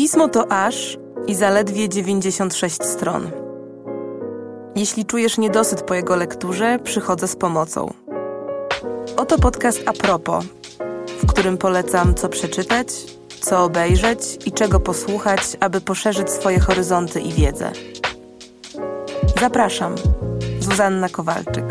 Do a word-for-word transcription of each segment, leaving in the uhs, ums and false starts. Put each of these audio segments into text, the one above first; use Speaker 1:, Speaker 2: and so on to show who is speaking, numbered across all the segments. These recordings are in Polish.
Speaker 1: Pismo to aż i zaledwie dziewięćdziesiąt sześć stron. Jeśli czujesz niedosyt po jego lekturze, przychodzę z pomocą. Oto podcast A propos, w którym polecam co przeczytać, co obejrzeć i czego posłuchać, aby poszerzyć swoje horyzonty i wiedzę. Zapraszam, Zuzanna Kowalczyk.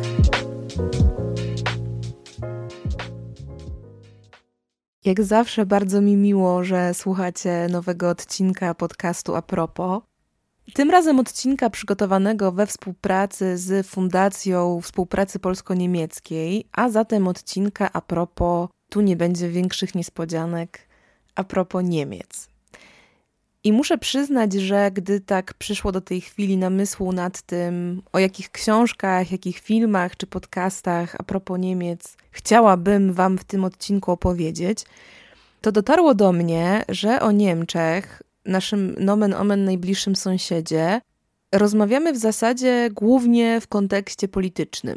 Speaker 1: Jak zawsze bardzo mi miło, że słuchacie nowego odcinka podcastu A propos. Tym razem odcinka przygotowanego we współpracy z Fundacją Współpracy Polsko-Niemieckiej, a zatem odcinka a propos, tu nie będzie większych niespodzianek, a propos Niemiec. I muszę przyznać, że gdy tak przyszło do tej chwili namysłu nad tym, o jakich książkach, jakich filmach czy podcastach a propos Niemiec chciałabym wam w tym odcinku opowiedzieć, to dotarło do mnie, że o Niemczech, naszym nomen omen najbliższym sąsiedzie, rozmawiamy w zasadzie głównie w kontekście politycznym.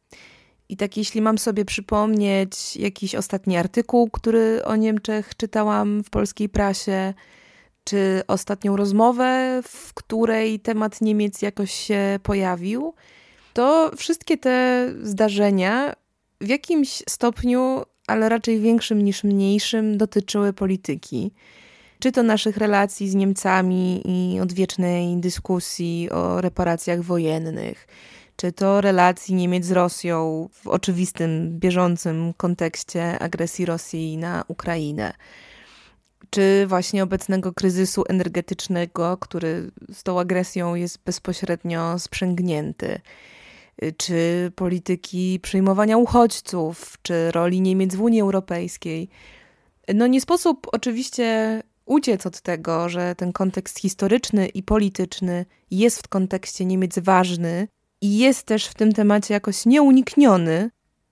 Speaker 1: I tak jeśli mam sobie przypomnieć jakiś ostatni artykuł, który o Niemczech czytałam w polskiej prasie, czy ostatnią rozmowę, w której temat Niemiec jakoś się pojawił, to wszystkie te zdarzenia w jakimś stopniu, ale raczej większym niż mniejszym, dotyczyły polityki. Czy to naszych relacji z Niemcami i odwiecznej dyskusji o reparacjach wojennych, czy to relacji Niemiec z Rosją w oczywistym, bieżącym kontekście agresji Rosji na Ukrainę, czy właśnie obecnego kryzysu energetycznego, który z tą agresją jest bezpośrednio sprzęgnięty, czy polityki przyjmowania uchodźców, czy roli Niemiec w Unii Europejskiej. No nie sposób oczywiście uciec od tego, że ten kontekst historyczny i polityczny jest w kontekście Niemiec ważny i jest też w tym temacie jakoś nieunikniony,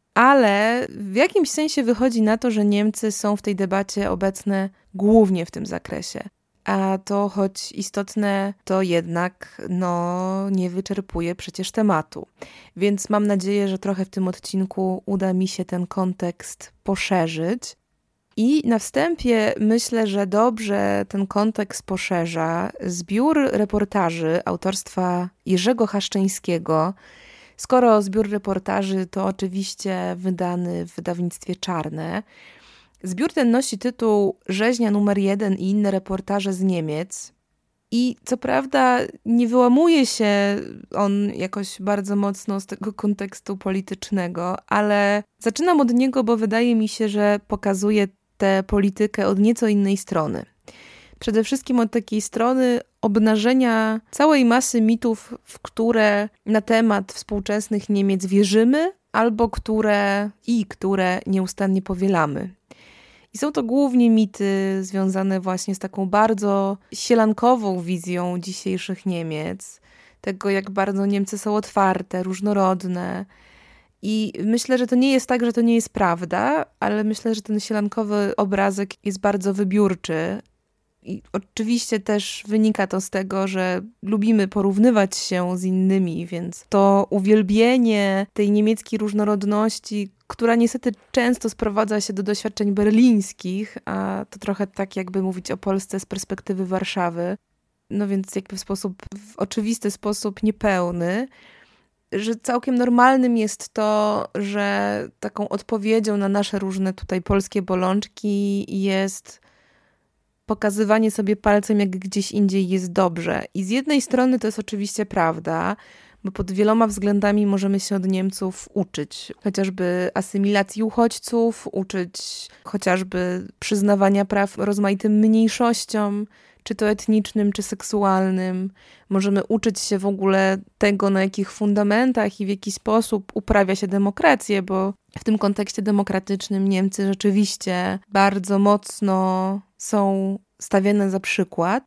Speaker 1: ale w jakimś sensie wychodzi na to, że Niemcy są w tej debacie obecne głównie w tym zakresie. A to, choć istotne, to jednak no, nie wyczerpuje przecież tematu. Więc mam nadzieję, że trochę w tym odcinku uda mi się ten kontekst poszerzyć. I na wstępie myślę, że dobrze ten kontekst poszerza zbiór reportaży autorstwa Jerzego Haszczyńskiego. Skoro zbiór reportaży, to oczywiście wydany w wydawnictwie Czarne. Zbiór ten nosi tytuł Rzeźnia numer jeden i inne reportaże z Niemiec. I co prawda nie wyłamuje się on jakoś bardzo mocno z tego kontekstu politycznego, ale zaczynam od niego, bo wydaje mi się, że pokazuje tę politykę od nieco innej strony. Przede wszystkim od takiej strony obnażenia całej masy mitów, w które na temat współczesnych Niemiec wierzymy, albo które i które nieustannie powielamy. I są to głównie mity związane właśnie z taką bardzo sielankową wizją dzisiejszych Niemiec, tego jak bardzo Niemcy są otwarte, różnorodne. I myślę, że to nie jest tak, że to nie jest prawda, ale myślę, że ten sielankowy obrazek jest bardzo wybiórczy. I oczywiście też wynika to z tego, że lubimy porównywać się z innymi, więc to uwielbienie tej niemieckiej różnorodności, która niestety często sprowadza się do doświadczeń berlińskich, a to trochę tak jakby mówić o Polsce z perspektywy Warszawy, no więc jakby w sposób, w oczywisty sposób niepełny, że całkiem normalnym jest to, że taką odpowiedzią na nasze różne tutaj polskie bolączki jest pokazywanie sobie palcem, jak gdzieś indziej jest dobrze. I z jednej strony to jest oczywiście prawda, bo pod wieloma względami możemy się od Niemców uczyć. Chociażby asymilacji uchodźców, uczyć chociażby przyznawania praw rozmaitym mniejszościom, czy to etnicznym, czy seksualnym. Możemy uczyć się w ogóle tego, na jakich fundamentach i w jaki sposób uprawia się demokrację, bo w tym kontekście demokratycznym Niemcy rzeczywiście bardzo mocno są stawiane za przykład,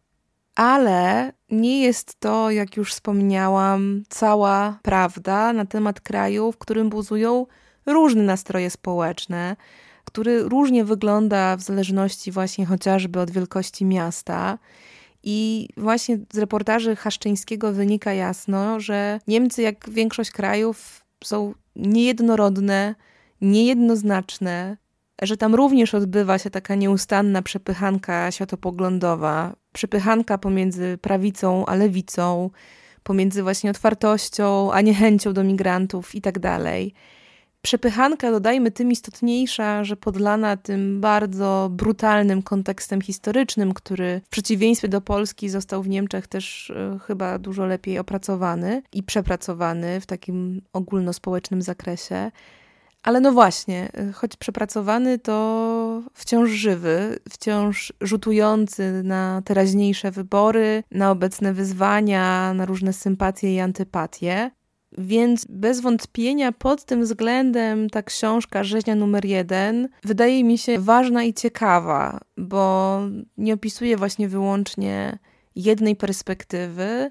Speaker 1: ale nie jest to, jak już wspomniałam, cała prawda na temat kraju, w którym buzują różne nastroje społeczne, który różnie wygląda w zależności właśnie chociażby od wielkości miasta. I właśnie z reportaży Haszczyńskiego wynika jasno, że Niemcy, jak większość krajów, są niejednorodne, niejednoznaczne, że tam również odbywa się taka nieustanna przepychanka światopoglądowa przepychanka pomiędzy prawicą a lewicą, pomiędzy właśnie otwartością a niechęcią do migrantów i tak dalej. Przepychanka, dodajmy, tym istotniejsza, że podlana tym bardzo brutalnym kontekstem historycznym, który w przeciwieństwie do Polski został w Niemczech też y, chyba dużo lepiej opracowany i przepracowany w takim ogólnospołecznym zakresie. Ale no właśnie, choć przepracowany, to wciąż żywy, wciąż rzutujący na teraźniejsze wybory, na obecne wyzwania, na różne sympatie i antypatie. Więc bez wątpienia pod tym względem ta książka Rzeźnia numer jeden wydaje mi się ważna i ciekawa, bo nie opisuje właśnie wyłącznie jednej perspektywy,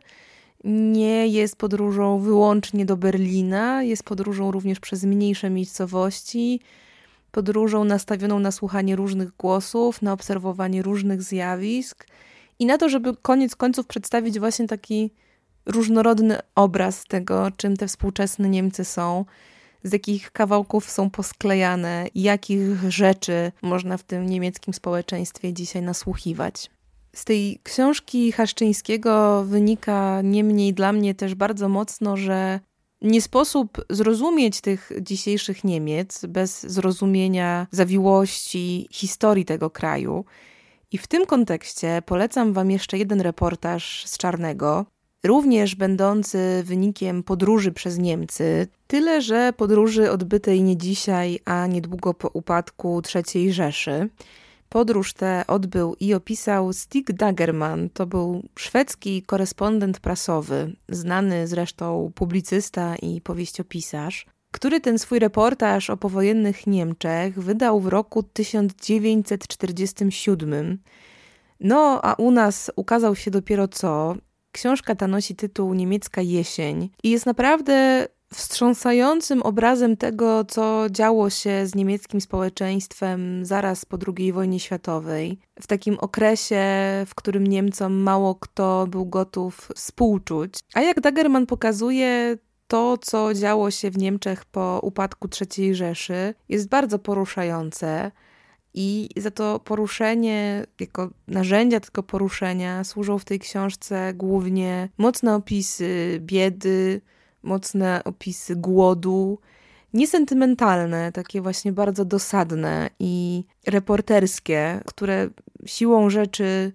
Speaker 1: nie jest podróżą wyłącznie do Berlina, jest podróżą również przez mniejsze miejscowości, podróżą nastawioną na słuchanie różnych głosów, na obserwowanie różnych zjawisk i na to, żeby koniec końców przedstawić właśnie taki różnorodny obraz tego, czym te współczesne Niemcy są, z jakich kawałków są posklejane, jakich rzeczy można w tym niemieckim społeczeństwie dzisiaj nasłuchiwać. Z tej książki Haszczyńskiego wynika niemniej dla mnie też bardzo mocno, że nie sposób zrozumieć tych dzisiejszych Niemiec bez zrozumienia zawiłości historii tego kraju. I w tym kontekście polecam wam jeszcze jeden reportaż z Czarnego, również będący wynikiem podróży przez Niemcy, tyle że podróży odbytej nie dzisiaj, a niedługo po upadku trzeciej Rzeszy. Podróż tę odbył i opisał Stig Dagerman. To był szwedzki korespondent prasowy, znany zresztą publicysta i powieściopisarz, który ten swój reportaż o powojennych Niemczech wydał w roku tysiąc dziewięćset czterdziestym siódmym. No, a u nas ukazał się dopiero co. Książka ta nosi tytuł Niemiecka jesień i jest naprawdę wstrząsającym obrazem tego, co działo się z niemieckim społeczeństwem zaraz po drugiej wojnie światowej. W takim okresie, w którym Niemcom mało kto był gotów współczuć. A jak Dagerman pokazuje, to, co działo się w Niemczech po upadku trzeciej Rzeszy, jest bardzo poruszające. I za to poruszenie, jako narzędzia tego poruszenia służą w tej książce głównie mocne opisy biedy, mocne opisy głodu, niesentymentalne, takie właśnie bardzo dosadne i reporterskie, które siłą rzeczy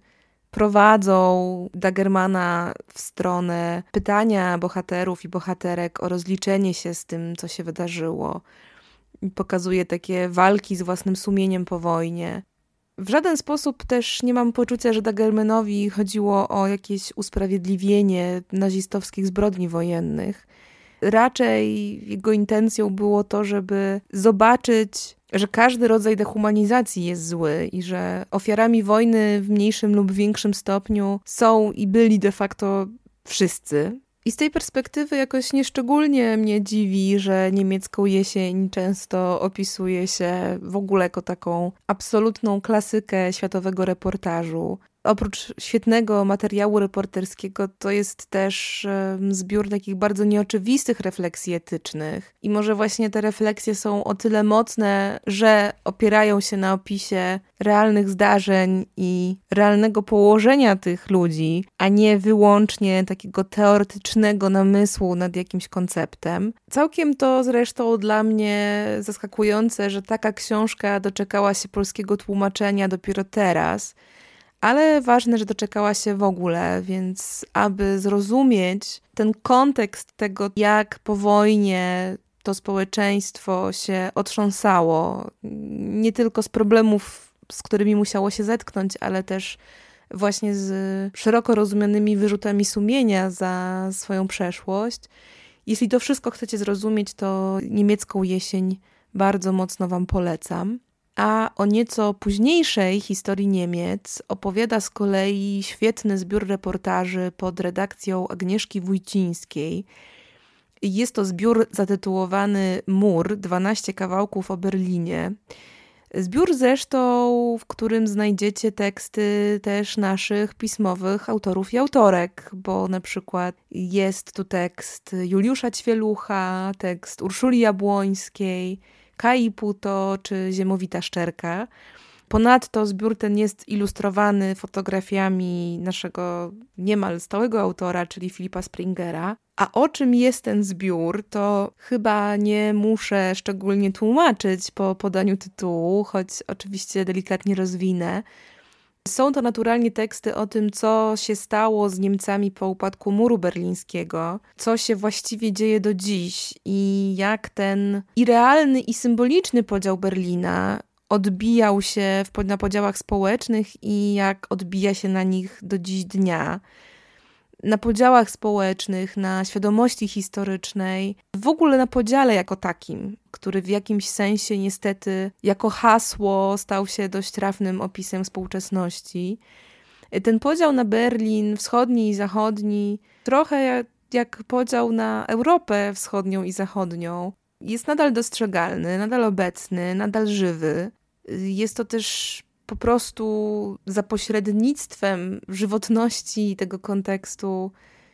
Speaker 1: prowadzą Dagermana w stronę pytania bohaterów i bohaterek o rozliczenie się z tym, co się wydarzyło. Pokazuje takie walki z własnym sumieniem po wojnie. W żaden sposób też nie mam poczucia, że Dagermanowi chodziło o jakieś usprawiedliwienie nazistowskich zbrodni wojennych. Raczej jego intencją było to, żeby zobaczyć, że każdy rodzaj dehumanizacji jest zły i że ofiarami wojny w mniejszym lub większym stopniu są i byli de facto wszyscy. I z tej perspektywy jakoś nieszczególnie mnie dziwi, że niemiecką jesień często opisuje się w ogóle jako taką absolutną klasykę światowego reportażu. Oprócz świetnego materiału reporterskiego, to jest też zbiór takich bardzo nieoczywistych refleksji etycznych. I może właśnie te refleksje są o tyle mocne, że opierają się na opisie realnych zdarzeń i realnego położenia tych ludzi, a nie wyłącznie takiego teoretycznego namysłu nad jakimś konceptem. Całkiem to zresztą dla mnie zaskakujące, że taka książka doczekała się polskiego tłumaczenia dopiero teraz. Ale ważne, że doczekała się w ogóle, więc aby zrozumieć ten kontekst tego, jak po wojnie to społeczeństwo się otrząsało, nie tylko z problemów, z którymi musiało się zetknąć, ale też właśnie z szeroko rozumianymi wyrzutami sumienia za swoją przeszłość. Jeśli to wszystko chcecie zrozumieć, to Niemiecką jesień bardzo mocno wam polecam. A o nieco późniejszej historii Niemiec opowiada z kolei świetny zbiór reportaży pod redakcją Agnieszki Wójcińskiej. Jest to zbiór zatytułowany Mur, dwanaście kawałków o Berlinie. Zbiór zresztą, w którym znajdziecie teksty też naszych pismowych autorów i autorek, bo na przykład jest tu tekst Juliusza Ćwielucha, tekst Urszuli Jabłońskiej, Kai Puto czy Ziemowita Szczerka. Ponadto zbiór ten jest ilustrowany fotografiami naszego niemal stałego autora, czyli Philippa Springera. A o czym jest ten zbiór, to chyba nie muszę szczególnie tłumaczyć po podaniu tytułu, choć oczywiście delikatnie rozwinę. Są to naturalnie teksty o tym, co się stało z Niemcami po upadku muru berlińskiego, co się właściwie dzieje do dziś i jak ten i realny, i symboliczny podział Berlina odbijał się w, na podziałach społecznych i jak odbija się na nich do dziś dnia. Na podziałach społecznych, na świadomości historycznej, w ogóle na podziale jako takim, który w jakimś sensie niestety jako hasło stał się dość trafnym opisem współczesności. Ten podział na Berlin wschodni i zachodni, trochę jak podział na Europę wschodnią i zachodnią, jest nadal dostrzegalny, nadal obecny, nadal żywy. Jest to też po prostu za pośrednictwem żywotności tego kontekstu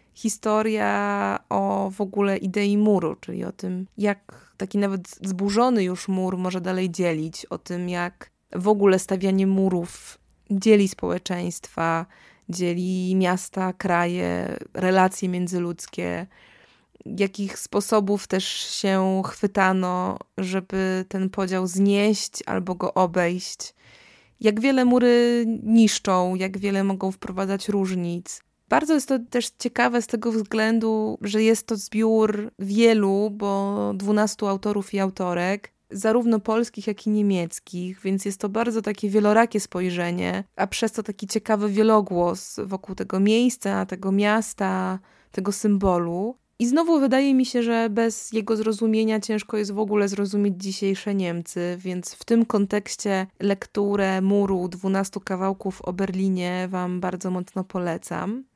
Speaker 1: historia o w ogóle idei muru, czyli o tym, jak taki nawet zburzony już mur może dalej dzielić, o tym, jak w ogóle stawianie murów dzieli społeczeństwa, dzieli miasta, kraje, relacje międzyludzkie, jakich sposobów też się chwytano, żeby ten podział znieść albo go obejść. Jak wiele mury niszczą, jak wiele mogą wprowadzać różnic. Bardzo jest to też ciekawe z tego względu, że jest to zbiór wielu, bo dwunastu autorów i autorek, zarówno polskich, jak i niemieckich, więc jest to bardzo takie wielorakie spojrzenie, a przez to taki ciekawy wielogłos wokół tego miejsca, tego miasta, tego symbolu. I znowu wydaje mi się, że bez jego zrozumienia ciężko jest w ogóle zrozumieć dzisiejsze Niemcy, więc w tym kontekście lekturę Muru dwunastu kawałków o Berlinie wam bardzo mocno polecam.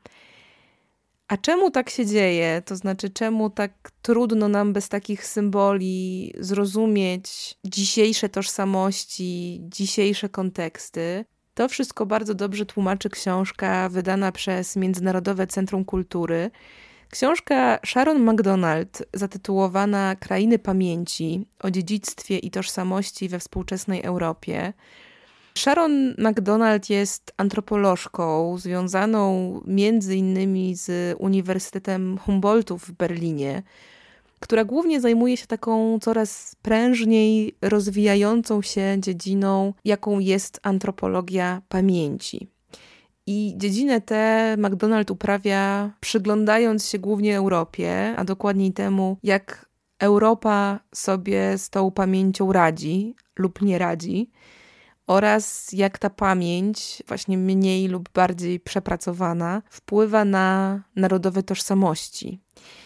Speaker 1: A czemu tak się dzieje? To znaczy, czemu tak trudno nam bez takich symboli zrozumieć dzisiejsze tożsamości, dzisiejsze konteksty? To wszystko bardzo dobrze tłumaczy książka wydana przez Międzynarodowe Centrum Kultury. Książka Sharon Macdonald, zatytułowana Krainy Pamięci o dziedzictwie i tożsamości we współczesnej Europie. Sharon Macdonald jest antropolożką związaną między innymi z Uniwersytetem Humboldtu w Berlinie, która głównie zajmuje się taką coraz prężniej rozwijającą się dziedziną, jaką jest antropologia pamięci. I dziedzinę tę Macdonald uprawia przyglądając się głównie Europie, a dokładniej temu, jak Europa sobie z tą pamięcią radzi lub nie radzi oraz jak ta pamięć, właśnie mniej lub bardziej przepracowana, wpływa na narodowe tożsamości.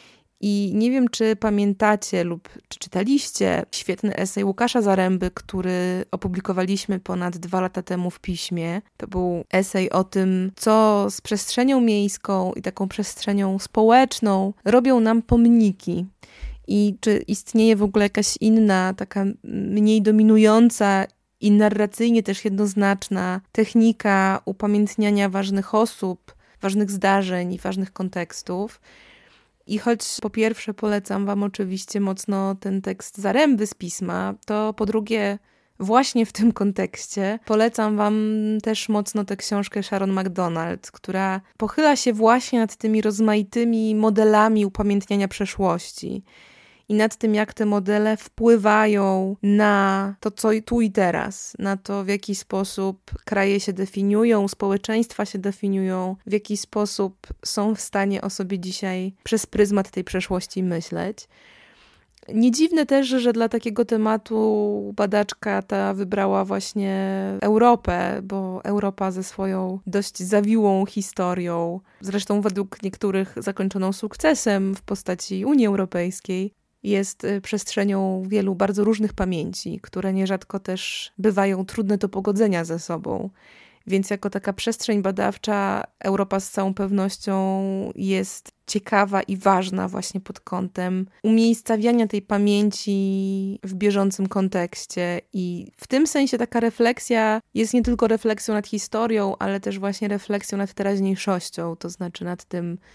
Speaker 1: I nie wiem, czy pamiętacie lub czy czytaliście świetny esej Łukasza Zaręby, który opublikowaliśmy ponad dwa lata temu w Piśmie. To był esej o tym, co z przestrzenią miejską i taką przestrzenią społeczną robią nam pomniki. I czy istnieje w ogóle jakaś inna, taka mniej dominująca i narracyjnie też jednoznaczna technika upamiętniania ważnych osób, ważnych zdarzeń i ważnych kontekstów. I choć po pierwsze polecam wam oczywiście mocno ten tekst Zaręby z pisma, to po drugie właśnie w tym kontekście polecam wam też mocno tę książkę Sharon Macdonald, która pochyla się właśnie nad tymi rozmaitymi modelami upamiętniania przeszłości i nad tym, jak te modele wpływają na to, co tu i teraz, na to, w jaki sposób kraje się definiują, społeczeństwa się definiują, w jaki sposób są w stanie o sobie dzisiaj przez pryzmat tej przeszłości myśleć. Nie dziwne też, że dla takiego tematu badaczka ta wybrała właśnie Europę, bo Europa ze swoją dość zawiłą historią, zresztą według niektórych zakończoną sukcesem w postaci Unii Europejskiej, jest przestrzenią wielu bardzo różnych pamięci, które nierzadko też bywają trudne do pogodzenia ze sobą. Więc jako taka przestrzeń badawcza Europa z całą pewnością jest ciekawa i ważna właśnie pod kątem umiejscawiania tej pamięci w bieżącym kontekście. I w tym sensie taka refleksja jest nie tylko refleksją nad historią, ale też właśnie refleksją nad teraźniejszością, to znaczy nad tym,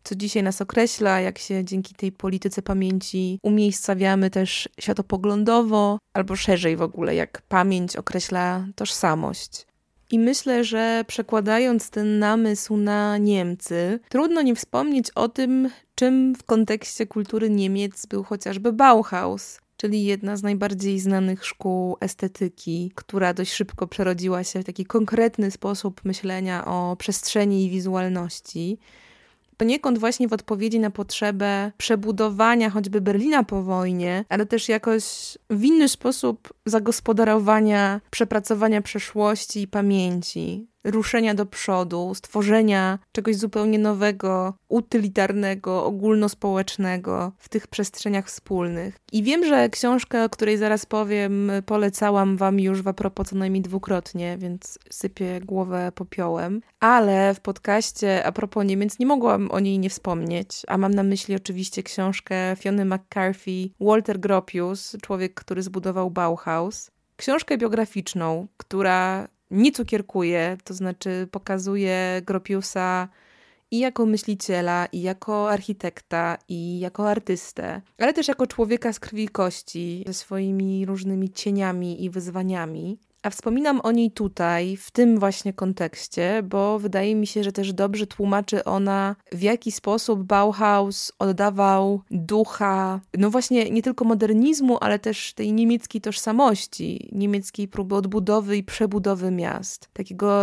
Speaker 1: co dzisiaj nas określa, jak się dzięki tej polityce pamięci umiejscawiamy też światopoglądowo, albo szerzej w ogóle, jak pamięć określa tożsamość. I myślę, że przekładając ten namysł na Niemcy, trudno nie wspomnieć o tym, czym w kontekście kultury Niemiec był chociażby Bauhaus, czyli jedna z najbardziej znanych szkół estetyki, która dość szybko przerodziła się w taki konkretny sposób myślenia o przestrzeni i wizualności. Poniekąd właśnie w odpowiedzi na potrzebę przebudowania choćby Berlina po wojnie, ale też jakoś w inny sposób zagospodarowania, przepracowania przeszłości i pamięci, ruszenia do przodu, stworzenia czegoś zupełnie nowego, utylitarnego, ogólnospołecznego w tych przestrzeniach wspólnych. I wiem, że książkę, o której zaraz powiem, polecałam wam już w apropos co najmniej dwukrotnie, więc sypię głowę popiołem. Ale w podcaście a propos Niemiec nie mogłam o niej nie wspomnieć, a mam na myśli oczywiście książkę Fiony McCarthy, Walter Gropius, człowiek, który zbudował Bauhaus. Książkę biograficzną, która nie cukierkuje, to znaczy pokazuje Gropiusa i jako myśliciela, i jako architekta, i jako artystę, ale też jako człowieka z krwi i kości, ze swoimi różnymi cieniami i wyzwaniami. A wspominam o niej tutaj, w tym właśnie kontekście, bo wydaje mi się, że też dobrze tłumaczy ona, w jaki sposób Bauhaus oddawał ducha, no właśnie nie tylko modernizmu, ale też tej niemieckiej tożsamości, niemieckiej próby odbudowy i przebudowy miast. Takiego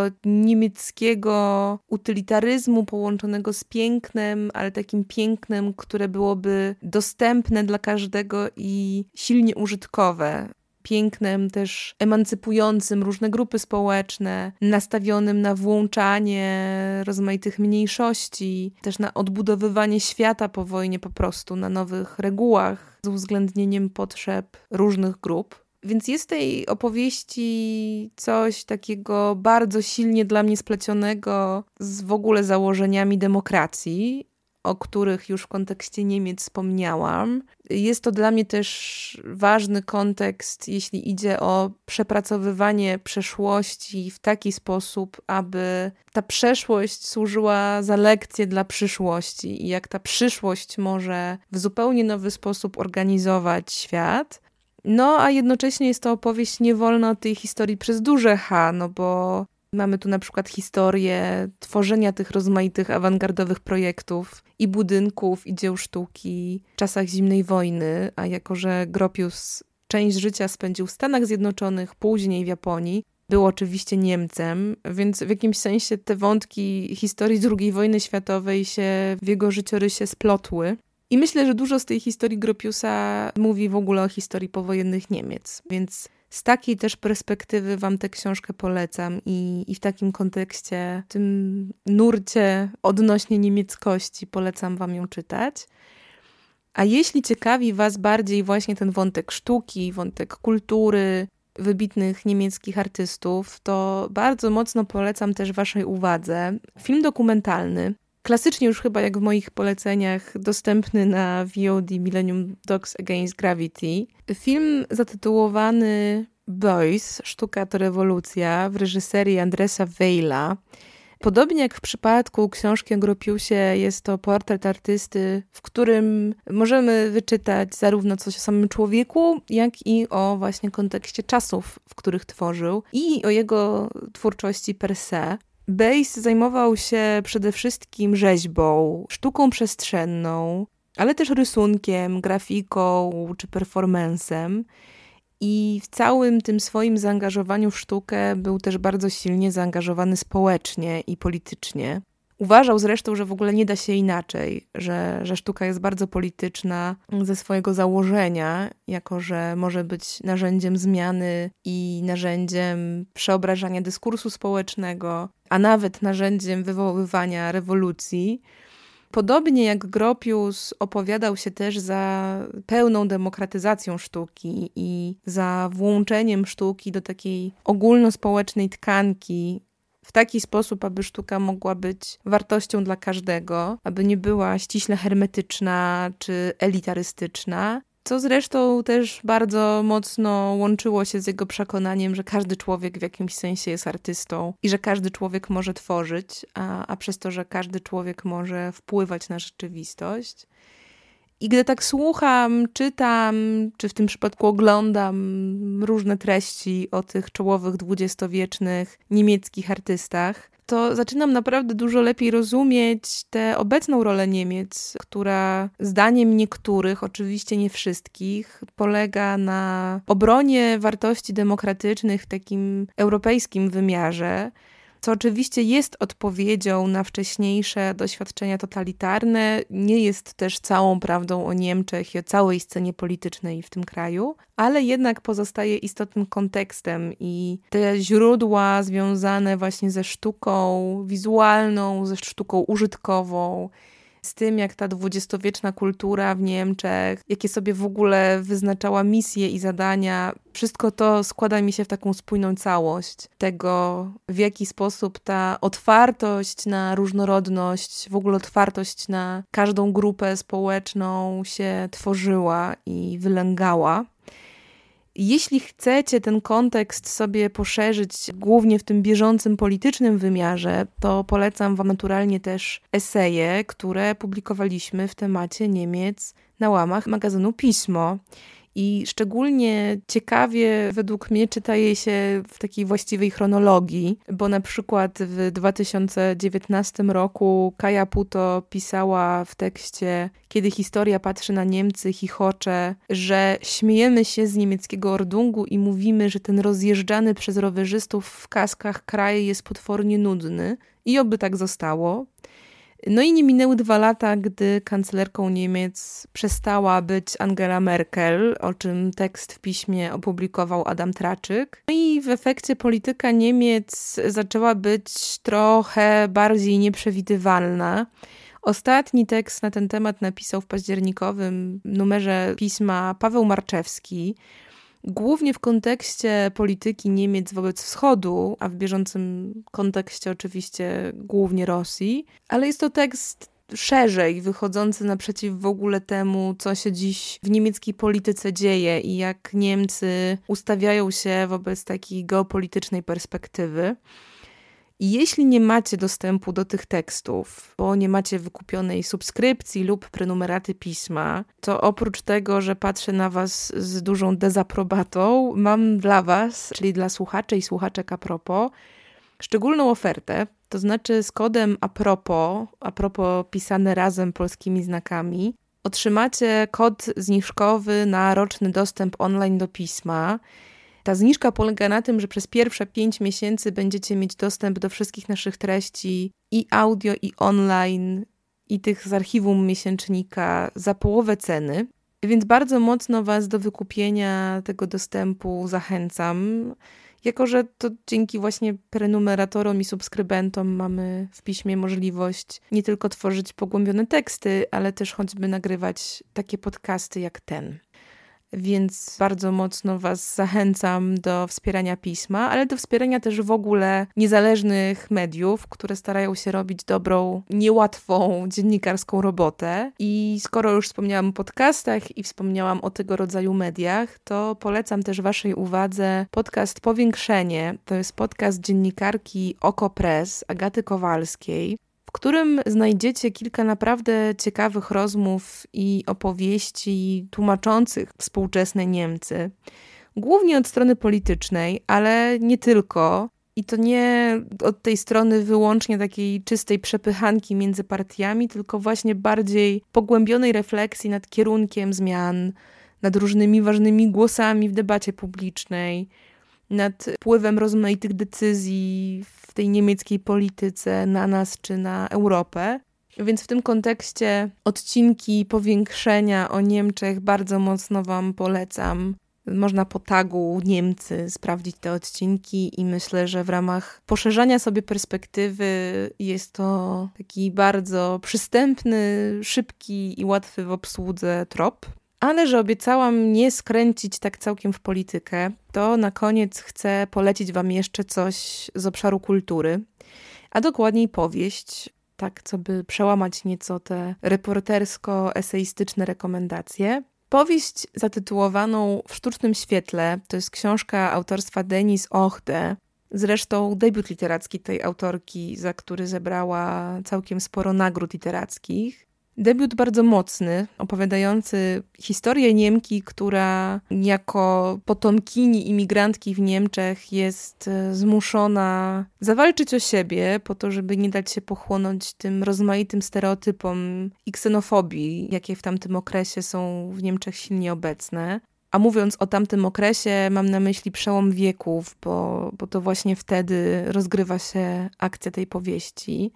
Speaker 1: niemieckiego utylitaryzmu połączonego z pięknem, ale takim pięknem, które byłoby dostępne dla każdego i silnie użytkowe. Pięknem też emancypującym różne grupy społeczne, nastawionym na włączanie rozmaitych mniejszości, też na odbudowywanie świata po wojnie po prostu, na nowych regułach z uwzględnieniem potrzeb różnych grup. Więc jest w tej opowieści coś takiego bardzo silnie dla mnie splecionego z w ogóle założeniami demokracji, o których już w kontekście Niemiec wspomniałam. Jest to dla mnie też ważny kontekst, jeśli idzie o przepracowywanie przeszłości w taki sposób, aby ta przeszłość służyła za lekcję dla przyszłości i jak ta przyszłość może w zupełnie nowy sposób organizować świat. No, a jednocześnie jest to opowieść nie wolna od tej historii przez duże H, no bo mamy tu na przykład historię tworzenia tych rozmaitych awangardowych projektów i budynków, i dzieł sztuki w czasach zimnej wojny, a jako że Gropius część życia spędził w Stanach Zjednoczonych, później w Japonii, był oczywiście Niemcem, więc w jakimś sensie te wątki historii drugiej wojny światowej się w jego życiorysie splotły. I myślę, że dużo z tej historii Gropiusa mówi w ogóle o historii powojennych Niemiec, więc z takiej też perspektywy wam tę książkę polecam i, i w takim kontekście, w tym nurcie odnośnie niemieckości polecam wam ją czytać. A jeśli ciekawi was bardziej właśnie ten wątek sztuki, wątek kultury, wybitnych niemieckich artystów, to bardzo mocno polecam też waszej uwadze film dokumentalny, klasycznie już chyba jak w moich poleceniach, dostępny na V O D Millennium Dogs Against Gravity. Film zatytułowany Boys, Sztuka to rewolucja w reżyserii Andresa Weila. Podobnie jak w przypadku książki o Gropiusie, jest to portret artysty, w którym możemy wyczytać zarówno coś o samym człowieku, jak i o właśnie kontekście czasów, w których tworzył i o jego twórczości per se. Beuys zajmował się przede wszystkim rzeźbą, sztuką przestrzenną, ale też rysunkiem, grafiką czy performancem. I w całym tym swoim zaangażowaniu w sztukę był też bardzo silnie zaangażowany społecznie i politycznie. Uważał zresztą, że w ogóle nie da się inaczej, że, że sztuka jest bardzo polityczna ze swojego założenia, jako że może być narzędziem zmiany i narzędziem przeobrażania dyskursu społecznego, a nawet narzędziem wywoływania rewolucji. Podobnie jak Gropius opowiadał się też za pełną demokratyzacją sztuki i za włączeniem sztuki do takiej ogólnospołecznej tkanki w taki sposób, aby sztuka mogła być wartością dla każdego, aby nie była ściśle hermetyczna czy elitarystyczna. Co zresztą też bardzo mocno łączyło się z jego przekonaniem, że każdy człowiek w jakimś sensie jest artystą i że każdy człowiek może tworzyć, a, a przez to, że każdy człowiek może wpływać na rzeczywistość. I gdy tak słucham, czytam, czy w tym przypadku oglądam różne treści o tych czołowych dwudziestowiecznych niemieckich artystach, to zaczynam naprawdę dużo lepiej rozumieć tę obecną rolę Niemiec, która zdaniem niektórych, oczywiście nie wszystkich, polega na obronie wartości demokratycznych w takim europejskim wymiarze, co oczywiście jest odpowiedzią na wcześniejsze doświadczenia totalitarne, nie jest też całą prawdą o Niemczech i o całej scenie politycznej w tym kraju, ale jednak pozostaje istotnym kontekstem i te źródła związane właśnie ze sztuką wizualną, ze sztuką użytkową, z tym, jak ta dwudziestowieczna kultura w Niemczech, jakie sobie w ogóle wyznaczała misje i zadania, wszystko to składa mi się w taką spójną całość tego, w jaki sposób ta otwartość na różnorodność, w ogóle otwartość na każdą grupę społeczną się tworzyła i wylęgała. Jeśli chcecie ten kontekst sobie poszerzyć, głównie w tym bieżącym politycznym wymiarze, to polecam wam naturalnie też eseje, które publikowaliśmy w temacie Niemiec na łamach magazynu Pismo. I szczególnie ciekawie według mnie czyta je się w takiej właściwej chronologii, bo na przykład w dwa tysiące dziewiętnastym roku Kaja Puto pisała w tekście Kiedy historia patrzy na Niemcy, chichocze, że śmiejemy się z niemieckiego ordungu i mówimy, że ten rozjeżdżany przez rowerzystów w kaskach kraj jest potwornie nudny i oby tak zostało. No i nie minęły dwa lata, gdy kanclerką Niemiec przestała być Angela Merkel, o czym tekst w piśmie opublikował Adam Traczyk. No i w efekcie polityka Niemiec zaczęła być trochę bardziej nieprzewidywalna. Ostatni tekst na ten temat napisał w październikowym numerze pisma Paweł Marczewski, głównie w kontekście polityki Niemiec wobec Wschodu, a w bieżącym kontekście oczywiście głównie Rosji, ale jest to tekst szerzej wychodzący naprzeciw w ogóle temu, co się dziś w niemieckiej polityce dzieje i jak Niemcy ustawiają się wobec takiej geopolitycznej perspektywy. I jeśli nie macie dostępu do tych tekstów, bo nie macie wykupionej subskrypcji lub prenumeraty pisma, to oprócz tego, że patrzę na was z dużą dezaprobatą, mam dla was, czyli dla słuchaczy i słuchaczek Apropos, szczególną ofertę, to znaczy z kodem Apropos, Apropos pisane razem polskimi znakami, otrzymacie kod zniżkowy na roczny dostęp online do pisma. Ta zniżka polega na tym, że przez pierwsze pięć miesięcy będziecie mieć dostęp do wszystkich naszych treści i audio, i online, i tych z archiwum miesięcznika za połowę ceny. Więc bardzo mocno was do wykupienia tego dostępu zachęcam. Jako że to dzięki właśnie prenumeratorom i subskrybentom mamy w piśmie możliwość nie tylko tworzyć pogłębione teksty, ale też choćby nagrywać takie podcasty jak ten. Więc bardzo mocno was zachęcam do wspierania pisma, ale do wspierania też w ogóle niezależnych mediów, które starają się robić dobrą, niełatwą dziennikarską robotę. I skoro już wspomniałam o podcastach i wspomniałam o tego rodzaju mediach, to polecam też waszej uwadze podcast Powiększenie. To jest podcast dziennikarki OKO.press Agaty Kowalskiej, w którym znajdziecie kilka naprawdę ciekawych rozmów i opowieści tłumaczących współczesne Niemcy. Głównie od strony politycznej, ale nie tylko. I to nie od tej strony wyłącznie takiej czystej przepychanki między partiami, tylko właśnie bardziej pogłębionej refleksji nad kierunkiem zmian, nad różnymi ważnymi głosami w debacie publicznej, nad wpływem rozmaitych decyzji w tej niemieckiej polityce na nas czy na Europę. Więc w tym kontekście odcinki Powiększenia o Niemczech bardzo mocno wam polecam. Można po tagu Niemcy sprawdzić te odcinki i myślę, że w ramach poszerzania sobie perspektywy jest to taki bardzo przystępny, szybki i łatwy w obsłudze trop. Ale że obiecałam nie skręcić tak całkiem w politykę, to na koniec chcę polecić wam jeszcze coś z obszaru kultury, a dokładniej powieść, tak co by przełamać nieco te reportersko-eseistyczne rekomendacje. Powieść zatytułowaną W sztucznym świetle to jest książka autorstwa Denise Ochde, zresztą debiut literacki tej autorki, za który zebrała całkiem sporo nagród literackich. Debiut bardzo mocny, opowiadający historię Niemki, która jako potomkini imigrantki w Niemczech jest zmuszona zawalczyć o siebie po to, żeby nie dać się pochłonąć tym rozmaitym stereotypom i ksenofobii, jakie w tamtym okresie są w Niemczech silnie obecne. A mówiąc o tamtym okresie, mam na myśli przełom wieków, bo, bo to właśnie wtedy rozgrywa się akcja tej powieści.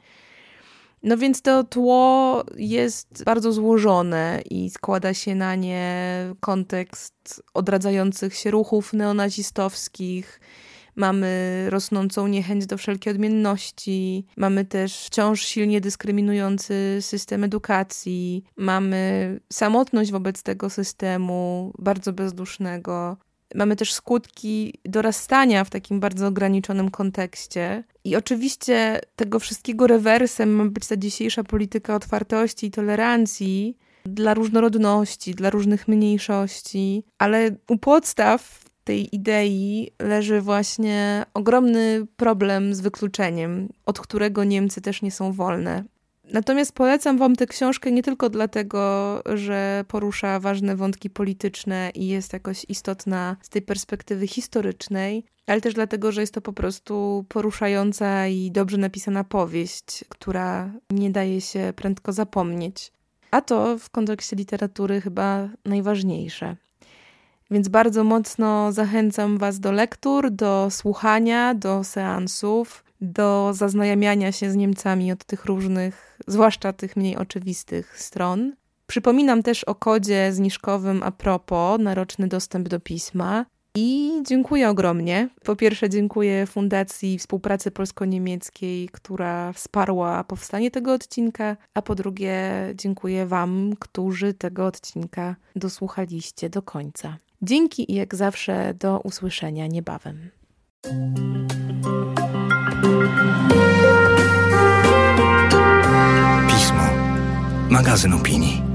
Speaker 1: No więc to tło jest bardzo złożone i składa się na nie kontekst odradzających się ruchów neonazistowskich. Mamy rosnącą niechęć do wszelkiej odmienności. Mamy też wciąż silnie dyskryminujący system edukacji. Mamy samotność wobec tego systemu, bardzo bezdusznego. Mamy też skutki dorastania w takim bardzo ograniczonym kontekście. I oczywiście tego wszystkiego rewersem ma być ta dzisiejsza polityka otwartości i tolerancji dla różnorodności, dla różnych mniejszości. Ale u podstaw tej idei leży właśnie ogromny problem z wykluczeniem, od którego Niemcy też nie są wolne. Natomiast polecam wam tę książkę nie tylko dlatego, że porusza ważne wątki polityczne i jest jakoś istotna z tej perspektywy historycznej, ale też dlatego, że jest to po prostu poruszająca i dobrze napisana powieść, która nie daje się prędko zapomnieć. A to w kontekście literatury chyba najważniejsze. Więc bardzo mocno zachęcam was do lektur, do słuchania, do seansów, do zaznajamiania się z Niemcami od tych różnych, zwłaszcza tych mniej oczywistych stron. Przypominam też o kodzie zniżkowym a propos na roczny dostęp do pisma. I dziękuję ogromnie. Po pierwsze dziękuję Fundacji Współpracy Polsko-Niemieckiej, która wsparła powstanie tego odcinka, a po drugie dziękuję wam, którzy tego odcinka dosłuchaliście do końca. Dzięki i jak zawsze do usłyszenia niebawem.
Speaker 2: Pismo. Magazyn opinii.